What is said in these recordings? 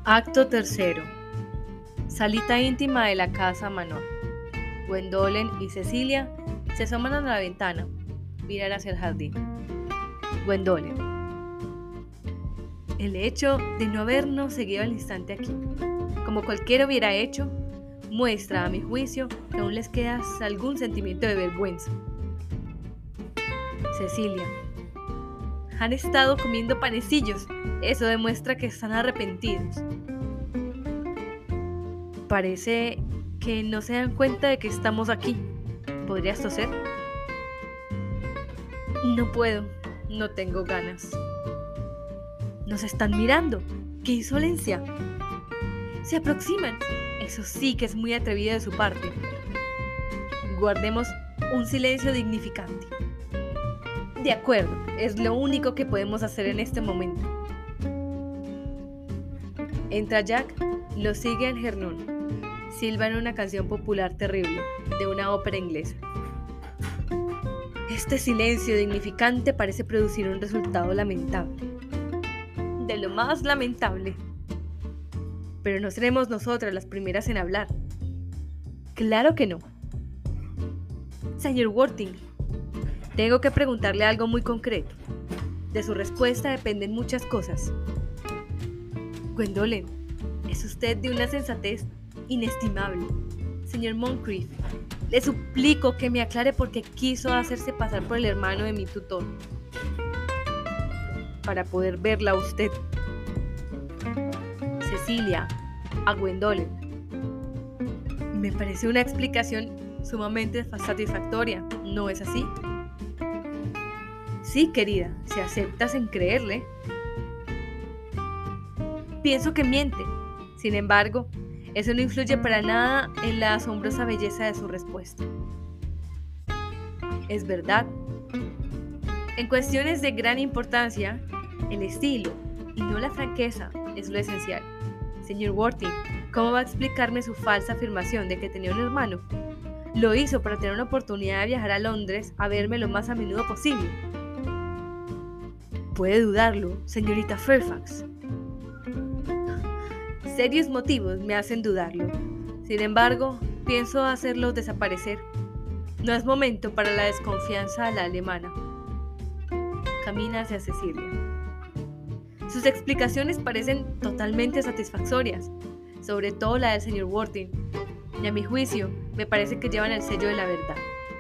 Acto tercero. Salita íntima de la casa Manor. Gwendolen y Cecilia se asoman a la ventana, miran hacia el jardín. Gwendolen. El hecho de no habernos seguido al instante aquí, como cualquiera hubiera hecho, muestra, a mi juicio, que aún les queda algún sentimiento de vergüenza. Cecilia. Han estado comiendo panecillos. Eso demuestra que están arrepentidos. Parece que no se dan cuenta de que estamos aquí. ¿Podrías toser? No puedo. No tengo ganas. Nos están mirando. ¡Qué insolencia! Se aproximan. Eso sí que es muy atrevido de su parte. Guardemos un silencio dignificante. De acuerdo, es lo único que podemos hacer en este momento. Entra Jack, lo sigue Algernon. Silban una canción popular terrible, de una ópera inglesa. Este silencio dignificante parece producir un resultado lamentable. De lo más lamentable. Pero no seremos nosotras las primeras en hablar. Claro que no. Señor Worthing, tengo que preguntarle algo muy concreto. De su respuesta dependen muchas cosas. Gwendolen, es usted de una sensatez inestimable. Señor Moncrief, le suplico que me aclare por qué quiso hacerse pasar por el hermano de mi tutor. Para poder verla a usted. Cecilia, a Gwendolen. Me parece una explicación sumamente satisfactoria, ¿no es así? Sí, querida, si aceptas en creerle. Pienso que miente. Sin embargo, eso no influye para nada en la asombrosa belleza de su respuesta. Es verdad. En cuestiones de gran importancia, el estilo y no la franqueza es lo esencial. Señor Worthing, ¿cómo va a explicarme su falsa afirmación de que tenía un hermano? Lo hizo para tener una oportunidad de viajar a Londres a verme lo más a menudo posible. Puede dudarlo, señorita Fairfax. Serios motivos me hacen dudarlo. Sin embargo, pienso hacerlo desaparecer. No es momento para la desconfianza a la alemana. Camina hacia Cecilia. Sus explicaciones parecen totalmente satisfactorias, sobre todo la del señor Worthing, y a mi juicio me parece que llevan el sello de la verdad.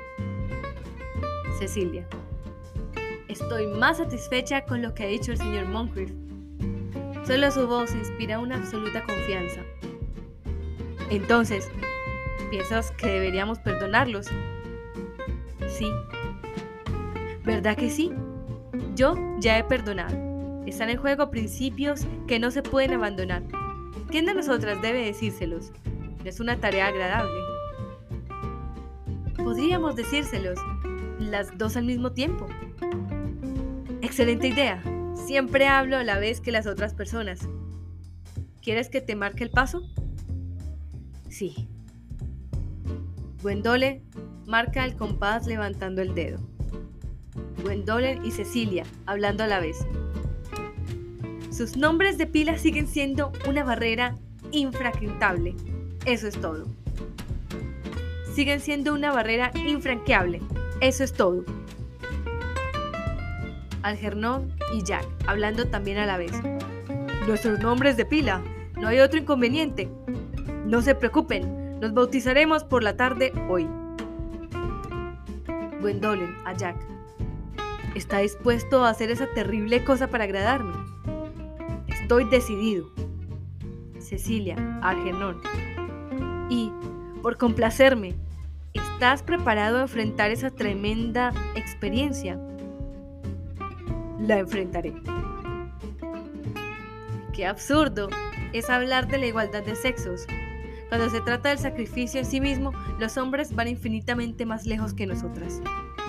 Cecilia. Estoy más satisfecha con lo que ha dicho el señor Moncrief. Solo su voz inspira una absoluta confianza. Entonces, ¿piensas que deberíamos perdonarlos? Sí. ¿Verdad que sí? Yo ya he perdonado. Están en juego principios que no se pueden abandonar. ¿Quién de nosotras debe decírselos? No es una tarea agradable. Podríamos decírselos, las dos al mismo tiempo. Excelente idea. Siempre hablo a la vez que las otras personas. ¿Quieres que te marque el paso? Sí. Gwendolen marca el compás levantando el dedo. Gwendolen y Cecilia hablando a la vez. Sus nombres de pila siguen siendo una barrera infranqueable. Eso es todo. Siguen siendo una barrera infranqueable. Eso es todo. Algernon y Jack, hablando también a la vez. Nuestros nombres de pila. No hay otro inconveniente. No se preocupen. Nos bautizaremos por la tarde hoy. Gwendolen a Jack. ¿Está dispuesto a hacer esa terrible cosa para agradarme? Estoy decidido. Cecilia a Algernon. Y, por complacerme, ¿estás preparado a enfrentar esa tremenda experiencia? La enfrentaré. ¡Qué absurdo! Es hablar de la igualdad de sexos. Cuando se trata del sacrificio en sí mismo, los hombres van infinitamente más lejos que nosotras.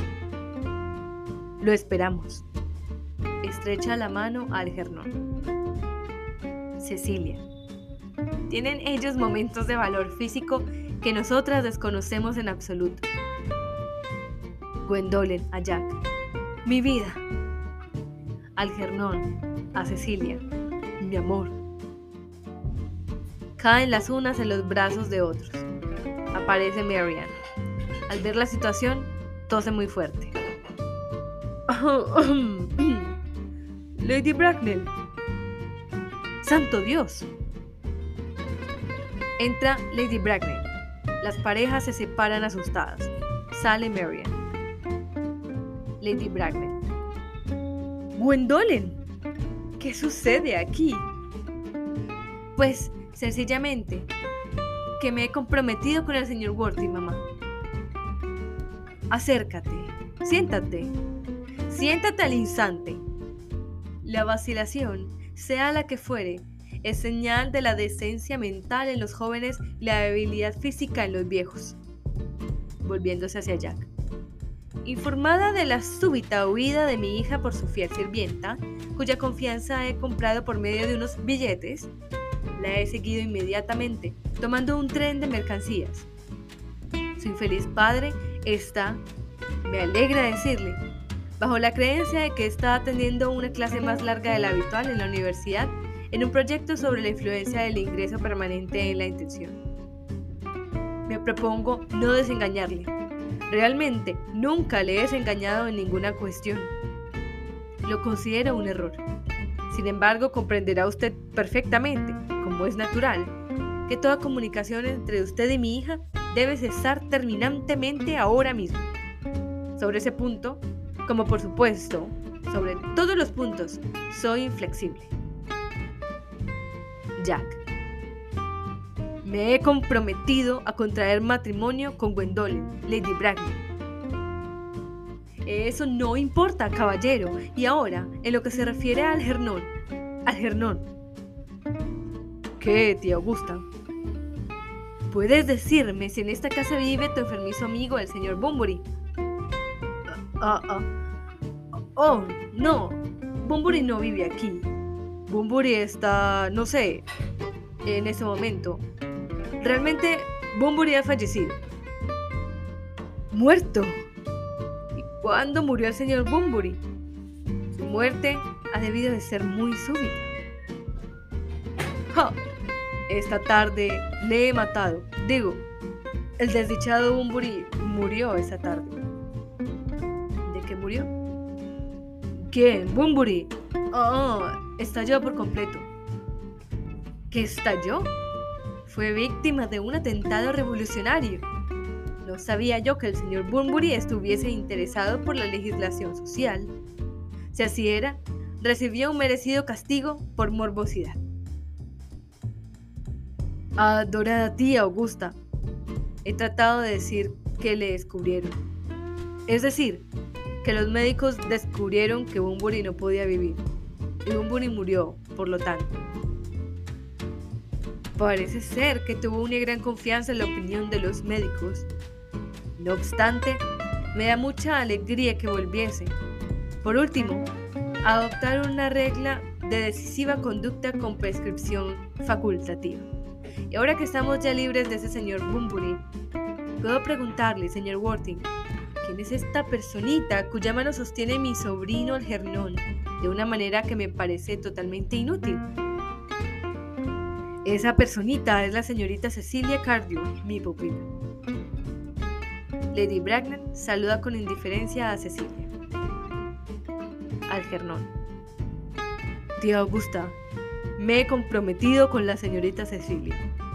Lo esperamos. Estrecha la mano a Algernon. Cecilia. Tienen ellos momentos de valor físico que nosotras desconocemos en absoluto. Gwendolen a Jack. Mi vida. Algernon a Cecilia. Mi amor. caen las unas en los brazos de otros. Aparece Marian. Al ver la situación, tose muy fuerte. Lady Bracknell. ¡Santo Dios! Entra Lady Bracknell. Las parejas se separan asustadas. Sale Marian. Lady Bracknell. ¡Gwendolen! ¿Qué sucede aquí? Pues, sencillamente, que me he comprometido con el señor Worthing, mamá. Acércate, siéntate al instante. La vacilación, sea la que fuere, es señal de la decencia mental en los jóvenes y la debilidad física en los viejos. Volviéndose hacia Jack. Informada de la súbita huida de mi hija por su fiel sirvienta, cuya confianza he comprado por medio de unos billetes, la he seguido inmediatamente, tomando un tren de mercancías. Su infeliz padre está, me alegra decirle, bajo la creencia de que está atendiendo una clase más larga de la habitual en la universidad en un proyecto sobre la influencia del ingreso permanente en la intención. Me propongo no desengañarle. Realmente nunca le he desengañado en ninguna cuestión. Lo considero un error. Sin embargo, comprenderá usted perfectamente, como es natural, que toda comunicación entre usted y mi hija debe cesar terminantemente ahora mismo. Sobre ese punto, como por supuesto, sobre todos los puntos, soy inflexible. Jack. Me he comprometido a contraer matrimonio con Gwendolen, Lady Bracknell. Eso no importa, caballero. Y ahora, en lo que se refiere al Algernon. ¿Qué, tía Augusta? ¿Puedes decirme si en esta casa vive tu enfermizo amigo, el señor Bunbury? Oh, no. Bunbury no vive aquí. Bunbury está, no sé, en ese momento. Realmente, Bunbury ha fallecido. ¿Muerto? ¿Y cuándo murió el señor Bunbury? Su muerte ha debido de ser muy súbita. ¡Ja! Esta tarde le he matado. Digo, el desdichado Bunbury murió esta tarde. ¿De qué murió? ¿Quién? ¿Bunbury? Estalló por completo. ¿Qué estalló? Fue víctima de un atentado revolucionario. No sabía yo que el señor Bunbury estuviese interesado por la legislación social. Si así era, recibió un merecido castigo por morbosidad. Adorada tía Augusta, he tratado de decir que le descubrieron. Es decir, que los médicos descubrieron que Bunbury no podía vivir. Y Bunbury murió, por lo tanto. Parece ser que tuvo una gran confianza en la opinión de los médicos. No obstante, me da mucha alegría que volviese. Por último, adoptar una regla de decisiva conducta con prescripción facultativa. Y ahora que estamos ya libres de ese señor Bunbury, puedo preguntarle, señor Worthing, ¿quién es esta personita cuya mano sostiene mi sobrino Algernon de una manera que me parece totalmente inútil? Esa personita es la señorita Cecilia Cardew, mi pupila. Lady Bracknell saluda con indiferencia a Cecilia. Algernon. Tía Augusta, me he comprometido con la señorita Cecilia.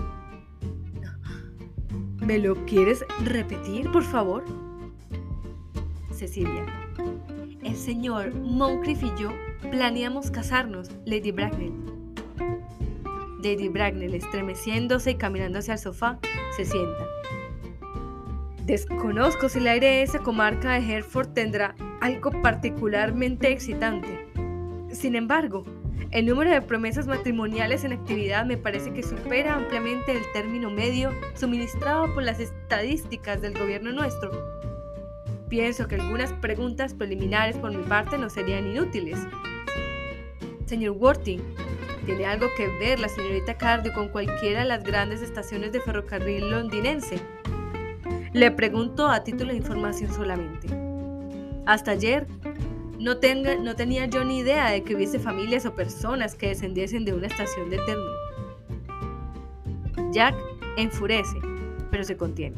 ¿Me lo quieres repetir, por favor? Cecilia. El señor Moncrief y yo planeamos casarnos, Lady Bracknell. Lady Bracknell, estremeciéndose y caminando hacia el sofá, se sienta. Desconozco si el aire de esa comarca de Hereford tendrá algo particularmente excitante. Sin embargo, el número de promesas matrimoniales en actividad me parece que supera ampliamente el término medio suministrado por las estadísticas del gobierno nuestro. Pienso que algunas preguntas preliminares por mi parte no serían inútiles. Señor Worthing, ¿tiene algo que ver la señorita Cardew con cualquiera de las grandes estaciones de ferrocarril londinense? Le pregunto a título de información solamente. Hasta ayer no tenía yo ni idea de que hubiese familias o personas que descendiesen de una estación de término. Jack enfurece, pero se contiene.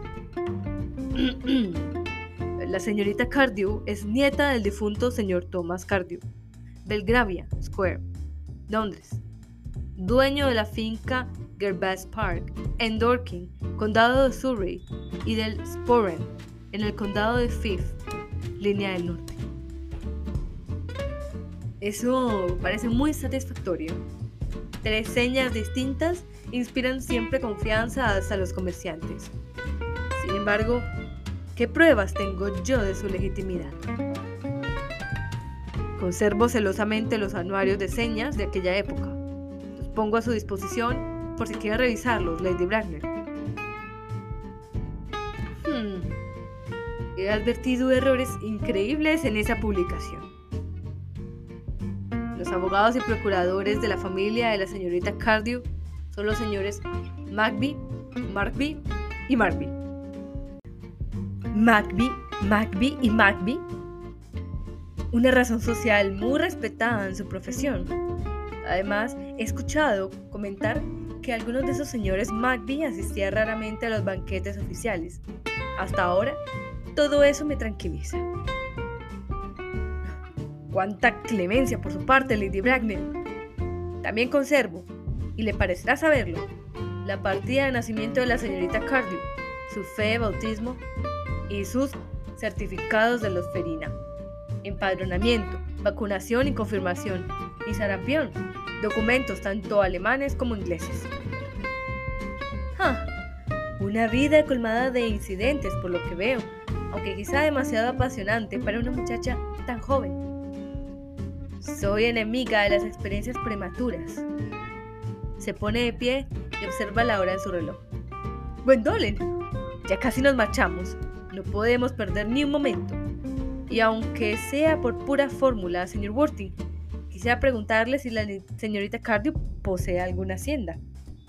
La señorita Cardew es nieta del difunto señor Thomas Cardew, Belgravia Square, Londres, dueño de la finca Gervase Park en Dorking, condado de Surrey, y del Sporran, en el condado de Fife, línea del norte. Eso parece muy satisfactorio. 3 señas distintas inspiran siempre confianza hasta los comerciantes. Sin embargo, ¿qué pruebas tengo yo de su legitimidad? Conservo celosamente los anuarios de señas de aquella época. Los pongo a su disposición por si quiere revisarlos, Lady Bracknell. He advertido errores increíbles en esa publicación. Los abogados y procuradores de la familia de la señorita Cardew son los señores Markby y Markby. Markby y Markby. Una razón social muy respetada en su profesión. Además, he escuchado comentar que algunos de esos señores Markby asistían raramente a los banquetes oficiales. Hasta ahora, todo eso me tranquiliza. ¡Cuánta clemencia por su parte, Lady Bracknell! También conservo, y le parecerá saberlo, la partida de nacimiento de la señorita Cardew, su fe de bautismo y sus certificados de losferina, empadronamiento, vacunación y confirmación, y sarampión, documentos tanto alemanes como ingleses. Una vida colmada de incidentes por lo que veo, aunque quizá demasiado apasionante para una muchacha tan joven. Soy enemiga de las experiencias prematuras. Se pone de pie y observa la hora en su reloj. Gwendolen, ya casi nos marchamos. No podemos perder ni un momento. Y aunque sea por pura fórmula, señor Worthing, quisiera preguntarle si la señorita Cardew posee alguna hacienda.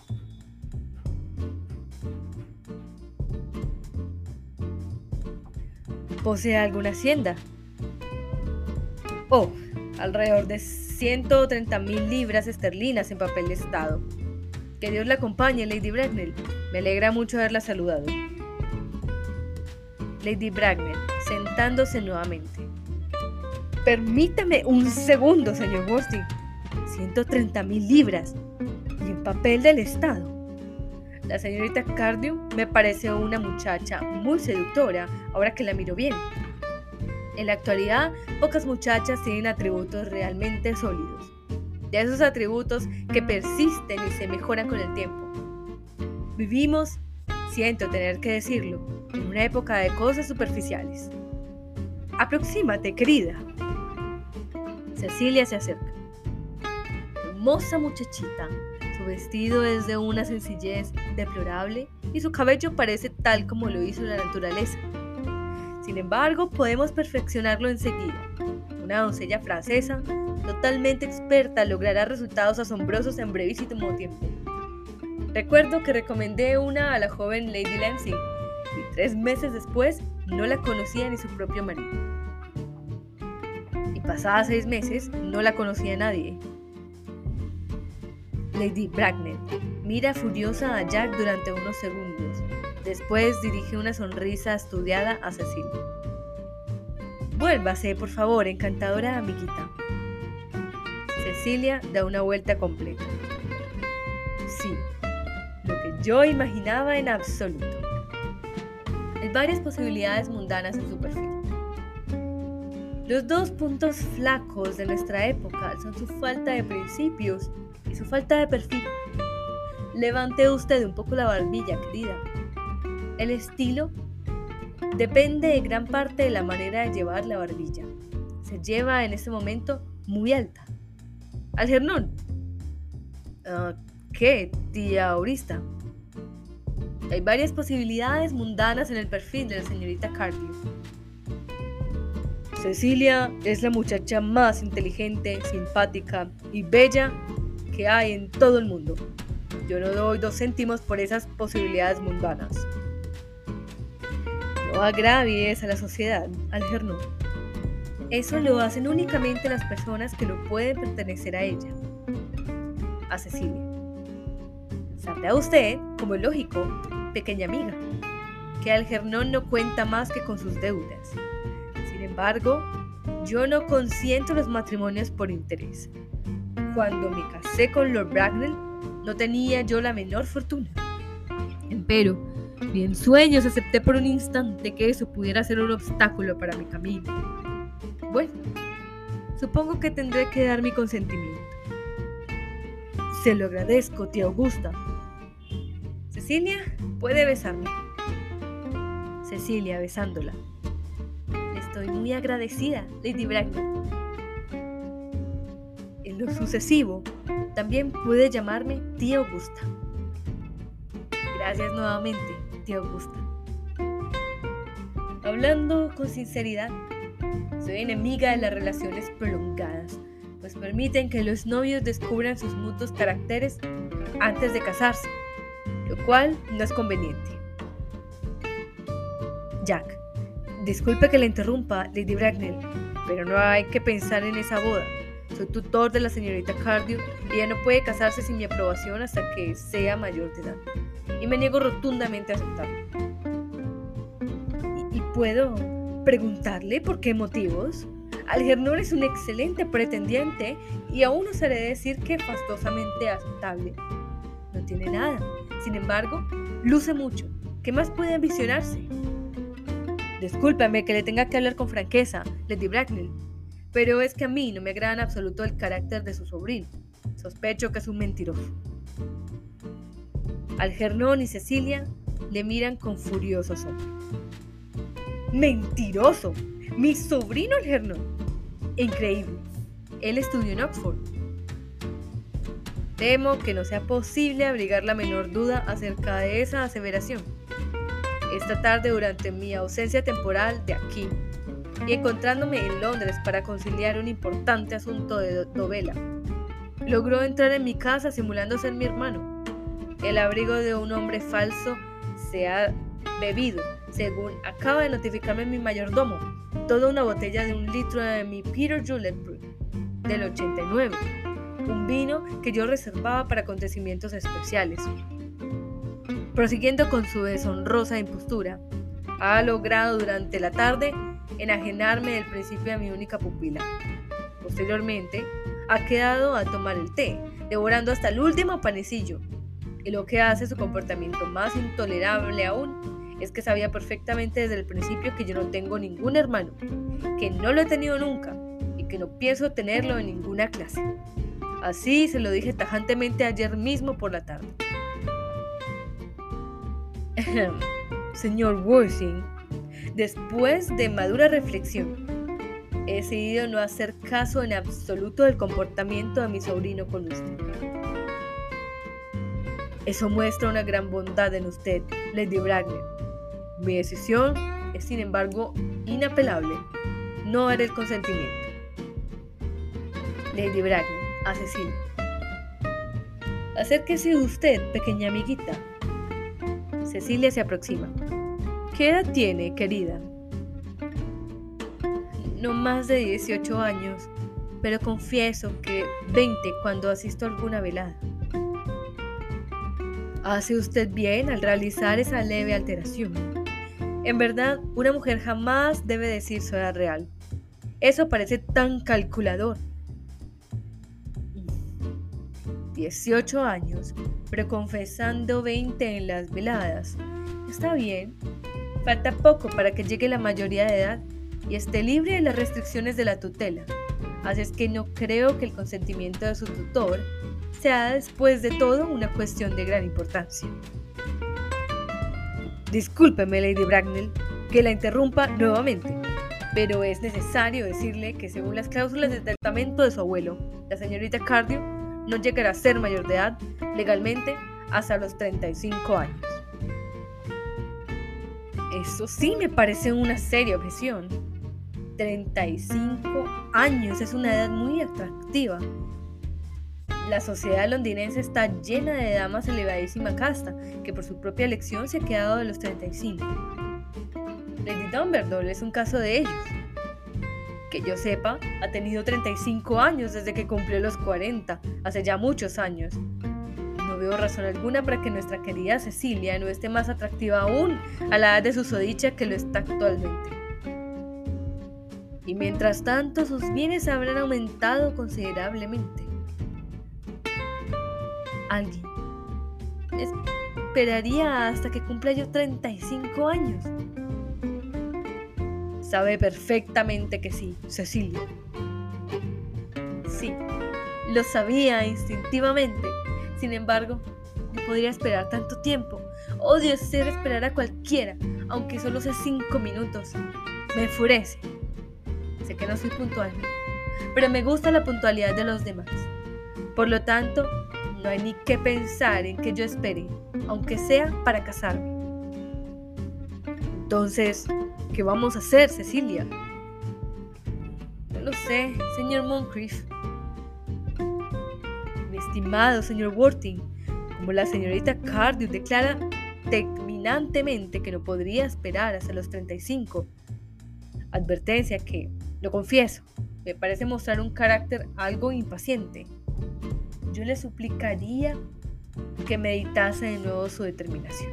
¿Posee alguna hacienda? Oh, alrededor de 130,000 libras esterlinas en papel de estado. Que Dios la acompañe, Lady Bracknell. Me alegra mucho haberla saludado. Lady Bracknell, sentándose nuevamente. Permítame un segundo, señor Worthing. 130,000 libras. Y en papel del estado. La señorita Cardew me parece una muchacha muy seductora, ahora que la miro bien. En la actualidad, pocas muchachas tienen atributos realmente sólidos. De esos atributos que persisten y se mejoran con el tiempo. Vivimos, siento tener que decirlo, en una época de cosas superficiales. Aproxímate, querida. Cecilia se acerca. Hermosa muchachita. Su vestido es de una sencillez deplorable y su cabello parece tal como lo hizo la naturaleza. Sin embargo, podemos perfeccionarlo enseguida. Una doncella francesa, totalmente experta, logrará resultados asombrosos en brevísimo tiempo. Recuerdo que recomendé una a la joven Lady Lansing y 3 meses después no la conocía ni su propio marido. Y pasadas 6 meses no la conocía nadie. Lady Bracknell mira furiosa a Jack durante unos segundos. Después dirige una sonrisa estudiada a Cecilia. Vuélvase, por favor, encantadora amiguita. Cecilia da una vuelta completa. Sí, lo que yo imaginaba en absoluto. Hay varias posibilidades mundanas en su perfil. Los 2 puntos flacos de nuestra época son su falta de principios y su falta de perfil. Levante usted un poco la barbilla, querida. El estilo depende de gran parte de la manera de llevar la barbilla. Se lleva en este momento muy alta. Algernon. ¿Qué, tía Aurista? Hay varias posibilidades mundanas en el perfil de la señorita Cardew. Cecilia es la muchacha más inteligente, simpática y bella que hay en todo el mundo. Yo no doy 2 céntimos por esas posibilidades mundanas. No agravies a la sociedad, Algernon. Eso lo hacen únicamente las personas que no pueden pertenecer a ella. A Cecilia. Sabrá usted, como es lógico, pequeña amiga, que Algernon no cuenta más que con sus deudas. Sin embargo, yo no consiento los matrimonios por interés. Cuando me casé con Lord Bracknell, no tenía yo la menor fortuna. Empero, ni en sueños acepté por un instante que eso pudiera ser un obstáculo para mi camino. Bueno, supongo que tendré que dar mi consentimiento. Se lo agradezco, tía Augusta. Cecilia, puede besarme. Cecilia, besándola. Le estoy muy agradecida, Lady Bracknell. En lo sucesivo, también puede llamarme tía Augusta. Gracias nuevamente, tía Augusta. Hablando con sinceridad, soy enemiga de las relaciones prolongadas, pues permiten que los novios descubran sus mutuos caracteres antes de casarse, lo cual no es conveniente. Jack, disculpe que le interrumpa, Lady Bracknell, pero no hay que pensar en esa boda. Soy tutor de la señorita Cardew y ella no puede casarse sin mi aprobación hasta que sea mayor de edad, y me niego rotundamente a aceptarlo. ¿Y puedo preguntarle por qué motivos? Algernon es un excelente pretendiente y aún osaré decir que fastosamente aceptable. No tiene nada, sin embargo, luce mucho. ¿Qué más puede ambicionarse? Discúlpame que le tenga que hablar con franqueza, Lady Bracknell, pero es que a mí no me agrada en absoluto el carácter de su sobrino. Sospecho que es un mentiroso. Algernon y Cecilia le miran con furioso asombro. ¡Mentiroso! ¡Mi sobrino Algernon! Increíble. Él estudió en Oxford. Temo que no sea posible abrigar la menor duda acerca de esa aseveración. Esta tarde, durante mi ausencia temporal de aquí, y encontrándome en Londres para conciliar un importante asunto de novela, logró entrar en mi casa simulando ser mi hermano. El abrigo de un hombre falso se ha bebido, según acaba de notificarme mi mayordomo, toda una botella de 1 litro de mi Peter Julep del 89, un vino que yo reservaba para acontecimientos especiales. Prosiguiendo con su deshonrosa impostura, ha logrado durante la tarde enajenarme del principio de mi única pupila. Posteriormente, ha quedado a tomar el té, devorando hasta el último panecillo, y lo que hace su comportamiento más intolerable aún es que sabía perfectamente desde el principio que yo no tengo ningún hermano, que no lo he tenido nunca y que no pienso tenerlo en ninguna clase. Así se lo dije tajantemente ayer mismo por la tarde. Señor Worthing, después de madura reflexión, he decidido no hacer caso en absoluto del comportamiento de mi sobrino con usted. Eso muestra una gran bondad en usted, Lady Bracknell. Mi decisión es, sin embargo, inapelable. No daré el consentimiento. Lady Bracknell, a Cecilia. Acérquese usted, pequeña amiguita. Cecilia se aproxima. ¿Qué edad tiene, querida? No más de 18 años, pero confieso que 20 cuando asisto a alguna velada. Hace usted bien al realizar esa leve alteración. En verdad, una mujer jamás debe decir su edad real. Eso parece tan calculador. 18 años, pero confesando 20 en las veladas. Está bien. Falta poco para que llegue la mayoría de edad y esté libre de las restricciones de la tutela. Así es que no creo que el consentimiento de su tutor sea después de todo una cuestión de gran importancia. Discúlpeme, Lady Bracknell, que la interrumpa nuevamente, pero es necesario decirle que según las cláusulas del testamento de su abuelo, la señorita Cardew no llegará a ser mayor de edad legalmente hasta los 35 años. Eso sí me parece una seria objeción. 35 años es una edad muy atractiva. La sociedad londinense está llena de damas de elevadísima casta, que por su propia elección se ha quedado de los 35. Lady Dumbledore es un caso de ellos. Que yo sepa, ha tenido 35 años desde que cumplió los 40, hace ya muchos años. No veo razón alguna para que nuestra querida Cecilia no esté más atractiva aún a la edad de susodicha que lo está actualmente. Y mientras tanto, sus bienes habrán aumentado considerablemente. Alguien esperaría hasta que cumpla yo 35 años. Sabe perfectamente que sí, Cecilia. Sí, lo sabía instintivamente. Sin embargo, no podría esperar tanto tiempo. Odio hacer esperar a cualquiera, aunque solo sea 5 minutos. Me enfurece. Sé que no soy puntual, pero me gusta la puntualidad de los demás. Por lo tanto, no hay ni que pensar en que yo espere, aunque sea para casarme. Entonces, ¿qué vamos a hacer, Cecilia? No lo sé, señor Moncrief. Mi estimado señor Worthing, como la señorita Cardew declara terminantemente que no podría esperar hasta los 35. Advertencia que, lo confieso, me parece mostrar un carácter algo impaciente. Yo le suplicaría que meditase de nuevo su determinación.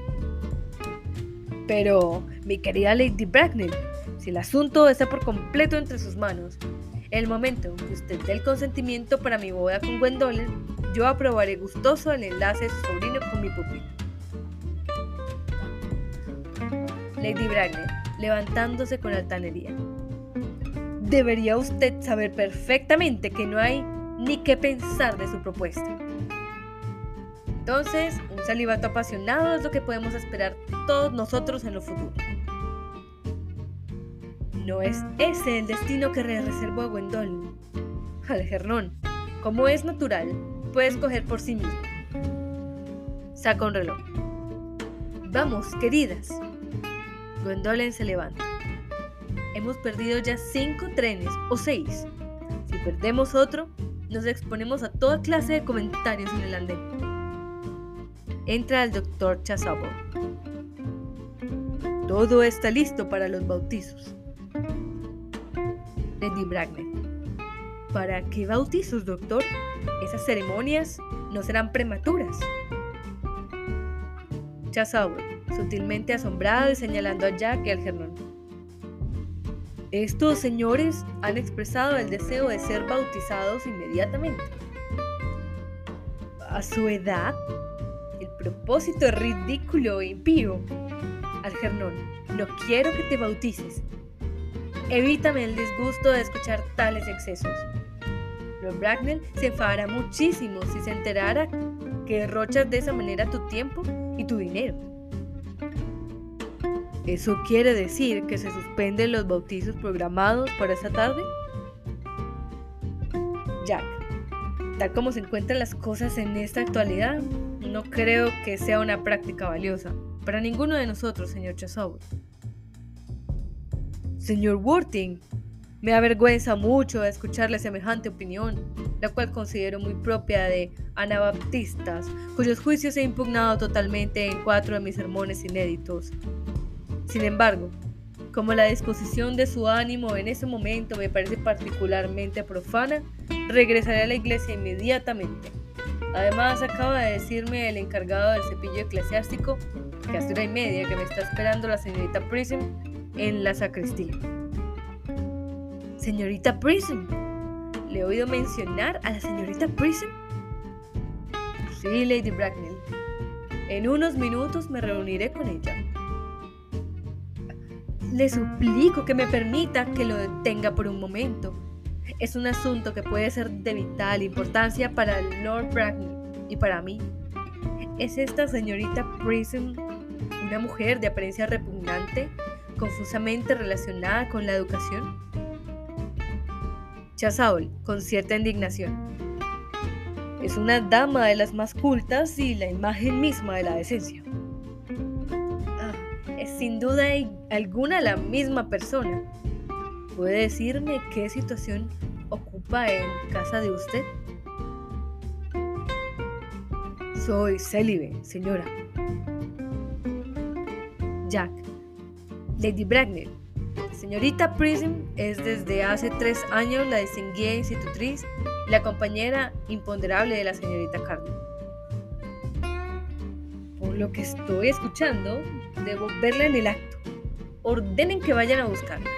Pero, mi querida Lady Bracknell, si el asunto está por completo entre sus manos, en el momento en que usted dé el consentimiento para mi boda con Gwendolen, yo aprobaré gustoso el enlace de su sobrino con mi pupila. Lady Bracknell, levantándose con altanería. Debería usted saber perfectamente que no hay ni qué pensar de su propuesta. Entonces, un celibato apasionado es lo que podemos esperar todos nosotros en lo futuro. ¿No es ese el destino que le reservó a Gwendolen? Algernon, como es natural, puede escoger por sí mismo. Saca un reloj. Vamos, queridas. Gwendolen se levanta. Hemos perdido ya 5 trenes o 6. Si perdemos otro, nos exponemos a toda clase de comentarios en el andén. Entra el doctor Chasuble. Todo está listo para los bautizos. Lady Bracknell. ¿Para qué bautizos, doctor? Esas ceremonias no serán prematuras. Chasuble, sutilmente asombrado y señalando a Jack y Algernon. Estos señores han expresado el deseo de ser bautizados inmediatamente. ¿A su edad? El propósito es ridículo e impío. Algernon, no quiero que te bautices. Evítame el disgusto de escuchar tales excesos. Lord Bracknell se enfadará muchísimo si se enterara que derrochas de esa manera tu tiempo y tu dinero. ¿Eso quiere decir que se suspenden los bautizos programados para esta tarde? Jack, tal como se encuentran las cosas en esta actualidad, no creo que sea una práctica valiosa para ninguno de nosotros, señor Chasuble. Señor Worthing, me avergüenza mucho escucharle semejante opinión, la cual considero muy propia de anabaptistas, cuyos juicios he impugnado totalmente en 4 de mis sermones inéditos. Sin embargo, como la disposición de su ánimo en ese momento me parece particularmente profana, regresaré a la iglesia inmediatamente. Además, acaba de decirme el encargado del cepillo eclesiástico que hace 1:30 que me está esperando la señorita Prism en la sacristía. ¿Señorita Prism? ¿Le he oído mencionar a la señorita Prism? Sí, Lady Bracknell. En unos minutos me reuniré con ella. Le suplico que me permita que lo detenga por un momento. Es un asunto que puede ser de vital importancia para el Lord Bracknell y para mí. ¿Es esta señorita Prism una mujer de apariencia repugnante, confusamente relacionada con la educación? Chasuble, con cierta indignación. Es una dama de las más cultas y la imagen misma de la decencia. Es sin duda alguna la misma persona. ¿Puede decirme qué situación ocupa en casa de usted? Soy célibe, señora. Jack. Lady Bracknell. Señorita Prism es desde hace 3 años la distinguida institutriz y la compañera imponderable de la señorita Cardew. Por lo que estoy escuchando, debo verla en el acto. Ordenen que vayan a buscarla.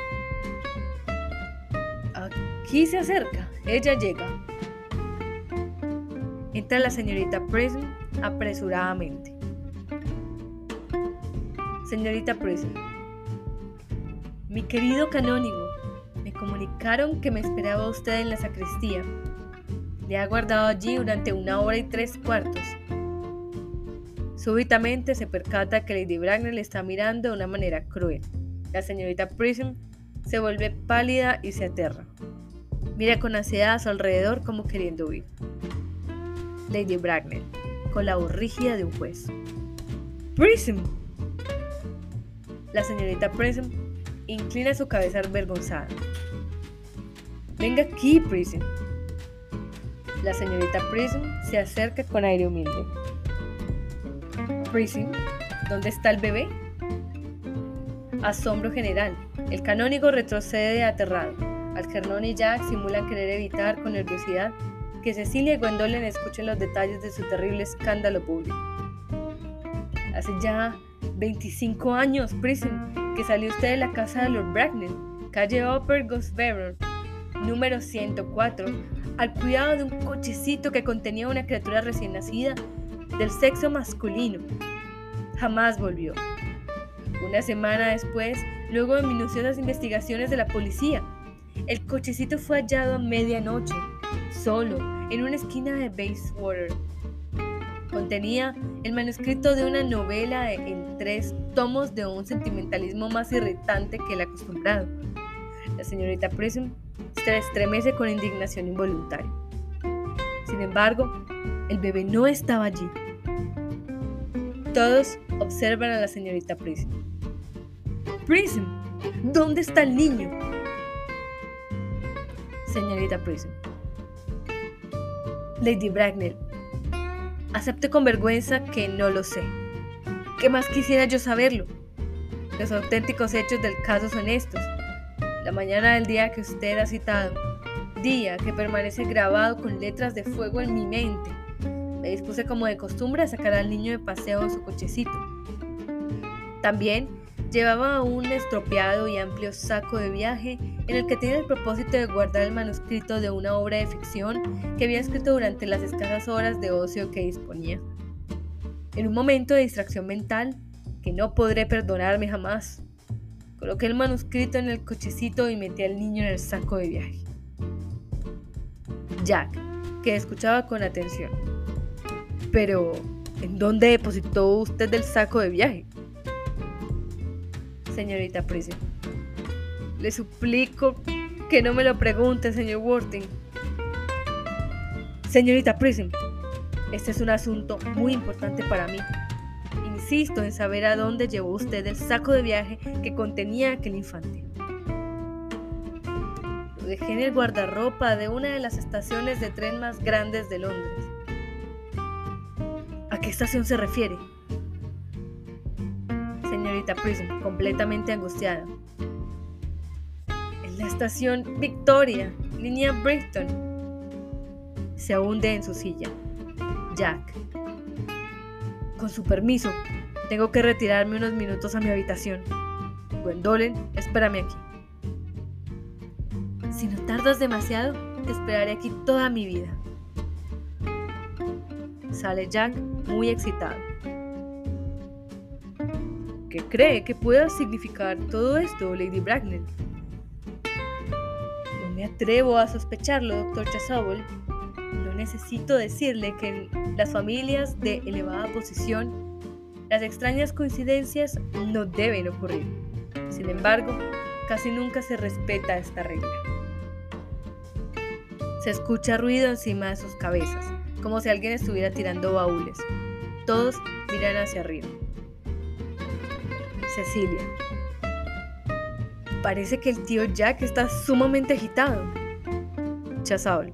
Aquí se acerca. Ella llega. Entra la señorita Prism apresuradamente. Señorita Prism. Mi querido canónigo, me comunicaron que me esperaba usted en la sacristía. Le ha guardado allí durante 1 hora y 3/4. Súbitamente se percata que Lady Bracknell le está mirando de una manera cruel. La señorita Prism se vuelve pálida y se aterra. Mira con ansiedad a su alrededor como queriendo huir. Lady Bracknell, con la voz rígida de un juez. ¡Prism! La señorita Prism inclina su cabeza avergonzada. Venga aquí, Prism. La señorita Prism se acerca con aire humilde. Prism, ¿dónde está el bebé? Asombro general. El canónigo retrocede aterrado. Algernon y Jack simulan querer evitar con nerviosidad que Cecilia y Gwendolen escuchen los detalles de su terrible escándalo público. Hace ya 25 años, Prism, que salió usted de la casa de Lord Bracknell, calle Upper Gosford, número 104, al cuidado de un cochecito que contenía una criatura recién nacida del sexo masculino. Jamás volvió. Una semana después, luego de minuciosas investigaciones de la policía, el cochecito fue hallado a medianoche, solo, en una esquina de Bayswater. Contenía el manuscrito de una novela en 3 tomos de un sentimentalismo más irritante que el acostumbrado. La señorita Prism se estremece con indignación involuntaria. Sin embargo, el bebé no estaba allí. Todos observan a la señorita Prism. Prism, ¿dónde está el niño? Señorita Prism. Lady Bracknell, acepte con vergüenza que no lo sé. ¿Qué más quisiera yo saberlo? Los auténticos hechos del caso son estos. La mañana del día que usted ha citado, día que permanece grabado con letras de fuego en mi mente, me dispuse como de costumbre a sacar al niño de paseo en su cochecito. También llevaba un estropeado y amplio saco de viaje en el que tenía el propósito de guardar el manuscrito de una obra de ficción que había escrito durante las escasas horas de ocio que disponía. En un momento de distracción mental que no podré perdonarme jamás, coloqué el manuscrito en el cochecito y metí al niño en el saco de viaje. Jack, que escuchaba con atención. Pero, ¿en dónde depositó usted el saco de viaje? Señorita Prism, le suplico que no me lo pregunte, señor Worthing. Señorita Prism, este es un asunto muy importante para mí. Insisto en saber a dónde llevó usted el saco de viaje que contenía aquel infante. Lo dejé en el guardarropa de una de las estaciones de tren más grandes de Londres. ¿A qué estación se refiere? Señorita Prism, completamente angustiada. En la estación Victoria, línea Brighton. Se hunde en su silla. Jack. Con su permiso, tengo que retirarme unos minutos a mi habitación. Gwendolen, espérame aquí. Si no tardas demasiado, te esperaré aquí toda mi vida. Sale Jack muy excitado. ¿Qué cree que pueda significar todo esto, Lady Bracknell? No me atrevo a sospecharlo, Dr. Chasuble. No necesito decirle que en las familias de elevada posición, las extrañas coincidencias no deben ocurrir. Sin embargo, casi nunca se respeta esta regla. Se escucha ruido encima de sus cabezas, como si alguien estuviera tirando baúles. Todos miran hacia arriba. Cecilia. Parece que el tío Jack está sumamente agitado. Chasuble.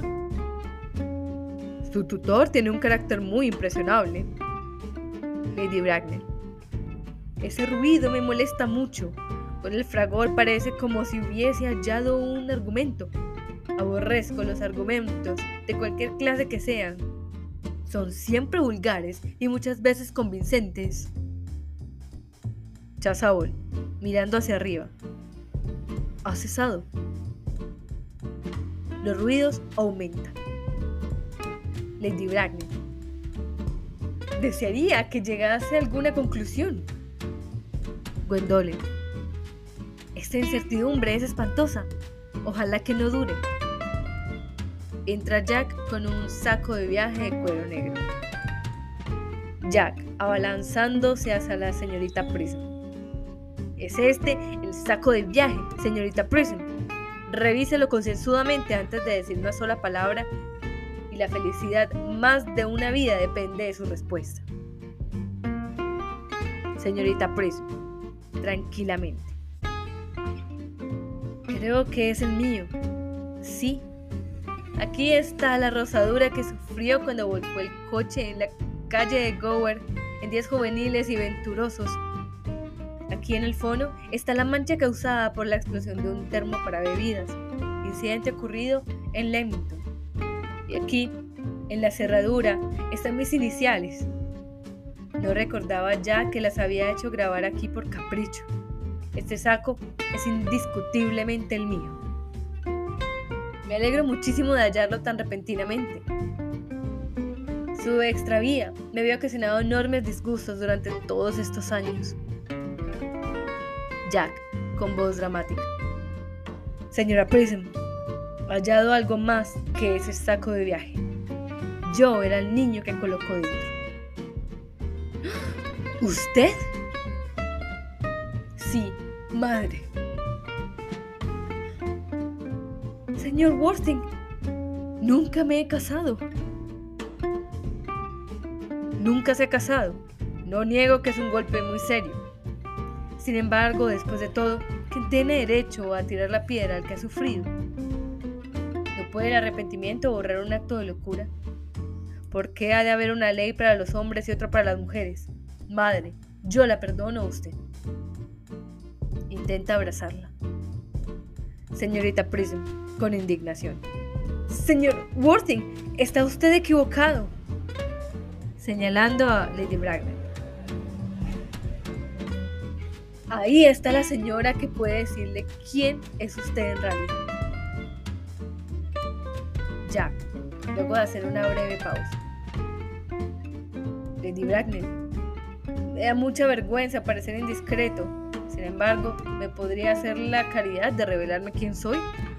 Su tutor tiene un carácter muy impresionable. Lady Bracknell. Ese ruido me molesta mucho. Con el fragor parece como si hubiese hallado un argumento. Aborrezco los argumentos, de cualquier clase que sean. son siempre vulgares y muchas veces convincentes. Chasuble, mirando hacia arriba. ¿Ha cesado? Los ruidos aumentan. Lady Bracknell. Desearía que llegase a alguna conclusión. Gwendolen. Esta incertidumbre es espantosa. Ojalá que no dure. Entra Jack con un saco de viaje de cuero negro. Jack, abalanzándose hacia la señorita Prism. ¿Es este el saco de viaje, señorita Prism? Revíselo concienzudamente antes de decir una sola palabra y la felicidad más de una vida depende de su respuesta. Señorita Prism, tranquilamente. Creo que es el mío. Sí. Aquí está la rosadura que sufrió cuando volcó el coche en la calle de Gower en días juveniles y venturosos. Aquí en el fondo está la mancha causada por la explosión de un termo para bebidas, incidente ocurrido en Leamington. Y aquí, en la cerradura, están mis iniciales. No recordaba ya que las había hecho grabar aquí por capricho. Este saco es indiscutiblemente el mío. Me alegro muchísimo de hallarlo tan repentinamente. Su extravía me había ocasionado enormes disgustos durante todos estos años. Jack, con voz dramática. Señora Prism, he hallado algo más que ese saco de viaje. Yo era el niño que colocó dentro. ¿Usted? Sí, madre. Señor Worthing, nunca me he casado. Nunca se ha casado. No niego que es un golpe muy serio. Sin embargo, después de todo, ¿quién tiene derecho a tirar la piedra al que ha sufrido? ¿No puede el arrepentimiento borrar un acto de locura? ¿Por qué ha de haber una ley para los hombres y otra para las mujeres? Madre, yo la perdono a usted. Intenta abrazarla. Señorita Prism, con indignación. Señor Worthing, está usted equivocado. Señalando a Lady Bracknell. Ahí está la señora que puede decirle quién es usted en realidad. Jack, luego de hacer una breve pausa. Lady Bracknell, me da mucha vergüenza parecer indiscreto. Sin embargo, ¿me podría hacer la caridad de revelarme quién soy?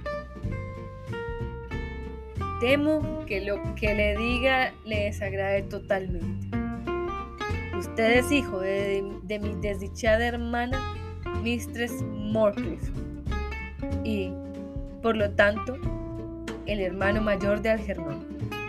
Temo que lo que le diga le desagrade totalmente. Usted es hijo de mi desdichada hermana, Mistress Morcliffe, y, por lo tanto, el hermano mayor de Algernon.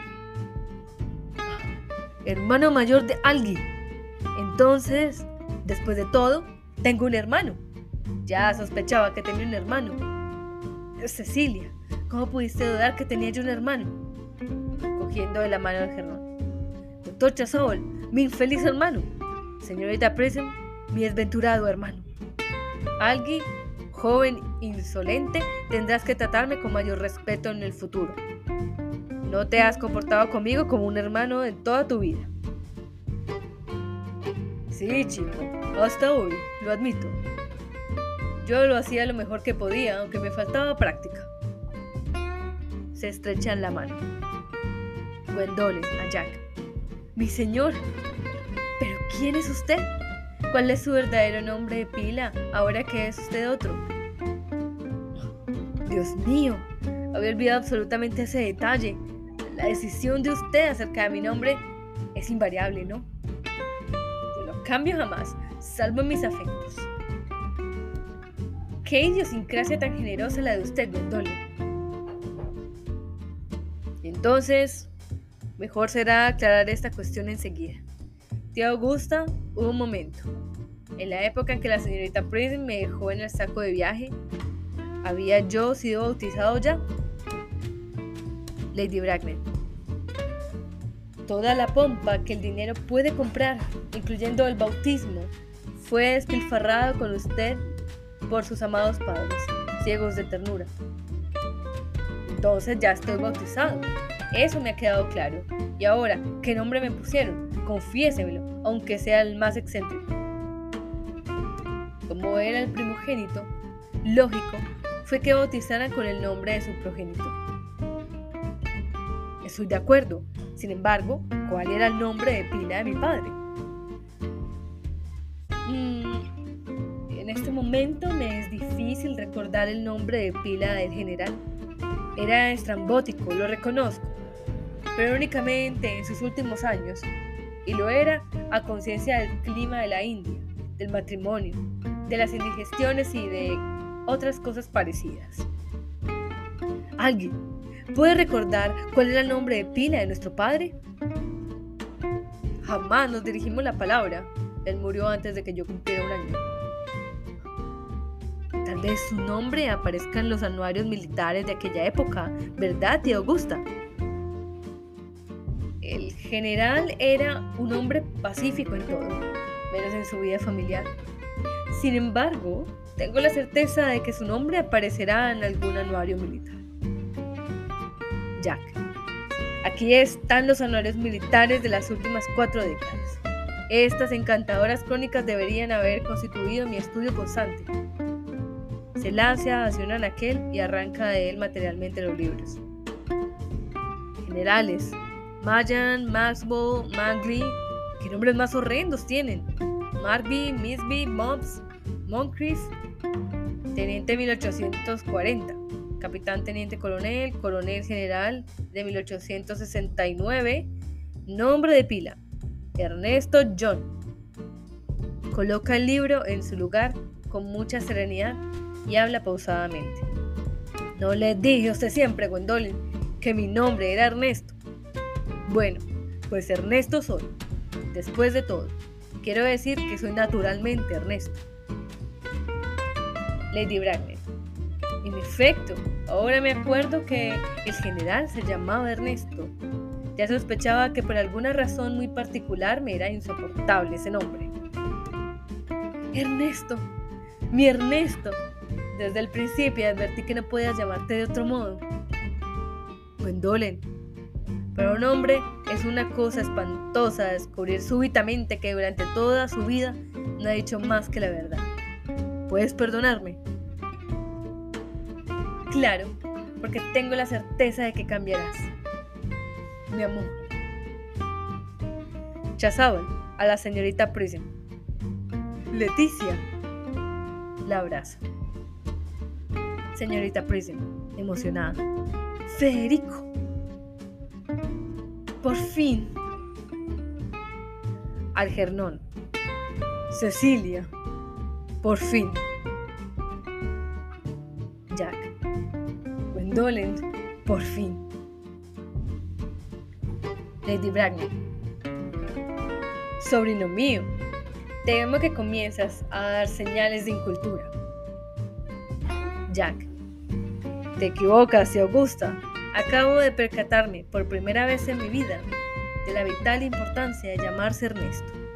Hermano mayor de Algy. Entonces, después de todo, tengo un hermano. Ya sospechaba que tenía un hermano. Cecilia, ¿cómo pudiste dudar que tenía yo un hermano? Cogiendo de la mano al Algernon. Doctor Chasuble, mi infeliz hermano. Señorita Prism, mi desventurado hermano. Algy, joven insolente, tendrás que tratarme con mayor respeto en el futuro. No te has comportado conmigo como un hermano en toda tu vida. Sí, chico, hasta hoy, lo admito. Yo lo hacía lo mejor que podía, aunque me faltaba práctica. Se estrechan la mano. Gwendolen a Jack. Mi señor, ¿pero quién es usted? ¿Cuál es su verdadero nombre de pila, ahora que es usted otro? Dios mío, había olvidado absolutamente ese detalle. La decisión de usted acerca de mi nombre es invariable, ¿no? Yo no cambio jamás, salvo en mis afectos. ¡Qué idiosincrasia tan generosa la de usted, Gwendolen! Entonces, mejor será aclarar esta cuestión enseguida. Tía Augusta, hubo un momento. En la época en que la señorita Prism me dejó en el saco de viaje, ¿había yo sido bautizado ya? Lady Bracknell. Toda la pompa que el dinero puede comprar, incluyendo el bautismo, fue despilfarrado con usted por sus amados padres, ciegos de ternura. Entonces ya estoy bautizado. Eso me ha quedado claro. Y ahora, ¿qué nombre me pusieron? Confiésemelo, aunque sea el más excéntrico. Como era el primogénito, lógico fue que bautizaran con el nombre de su progenitor. Estoy de acuerdo. Sin embargo, ¿cuál era el nombre de pila de mi padre? En este momento me es difícil recordar el nombre de pila del general. Era estrambótico, lo reconozco, pero únicamente en sus últimos años, y lo era a conciencia del clima de la India, del matrimonio, de las indigestiones y de otras cosas parecidas. ¿Alguien puede recordar cuál era el nombre de pila de nuestro padre? Jamás nos dirigimos la palabra. Él murió antes de que yo cumpliera un año. Tal vez su nombre aparezca en los anuarios militares de aquella época, ¿verdad, tía Augusta? El general era un hombre pacífico en todo, menos en su vida familiar. Sin embargo, tengo la certeza de que su nombre aparecerá en algún anuario militar. Jack. Aquí están los anuarios militares de las últimas 4 décadas. Estas encantadoras crónicas deberían haber constituido mi estudio constante. Se lanza hacia un anaquel y arranca de él materialmente los libros. Generales, Mayan, Maxwell, Mangley, ¿qué nombres más horrendos tienen? Marby, Misby, Mobs, Moncrief, teniente 1840, capitán teniente coronel, coronel general de 1869, nombre de pila, Ernesto John. Coloca el libro en su lugar con mucha serenidad y habla pausadamente. ¿No le dije a usted siempre, Gwendolyn, que mi nombre era Ernesto? Bueno, pues Ernesto soy. Después de todo, quiero decir que soy naturalmente Ernesto. Lady Bracknell. En efecto, ahora me acuerdo que el general se llamaba Ernesto. Ya sospechaba que por alguna razón muy particular me era insoportable ese nombre. Ernesto, mi Ernesto. Desde el principio advertí que no podías llamarte de otro modo. Gwendolyn, para un hombre es una cosa espantosa descubrir súbitamente que durante toda su vida no ha dicho más que la verdad. ¿Puedes perdonarme? Claro, porque tengo la certeza de que cambiarás. Mi amor. Chazabal, a la señorita Prism. Leticia. La abraza. Señorita Prism, emocionada. Federico. Por fin. Algernon. Cecilia. Por fin. Jack. Gwendolyn. Por fin. Lady Bracknell. Sobrino mío, temo que comienzas a dar señales de incultura. Jack. Te equivocas, tía Augusta. Acabo de percatarme por primera vez en mi vida de la vital importancia de llamarse Ernesto.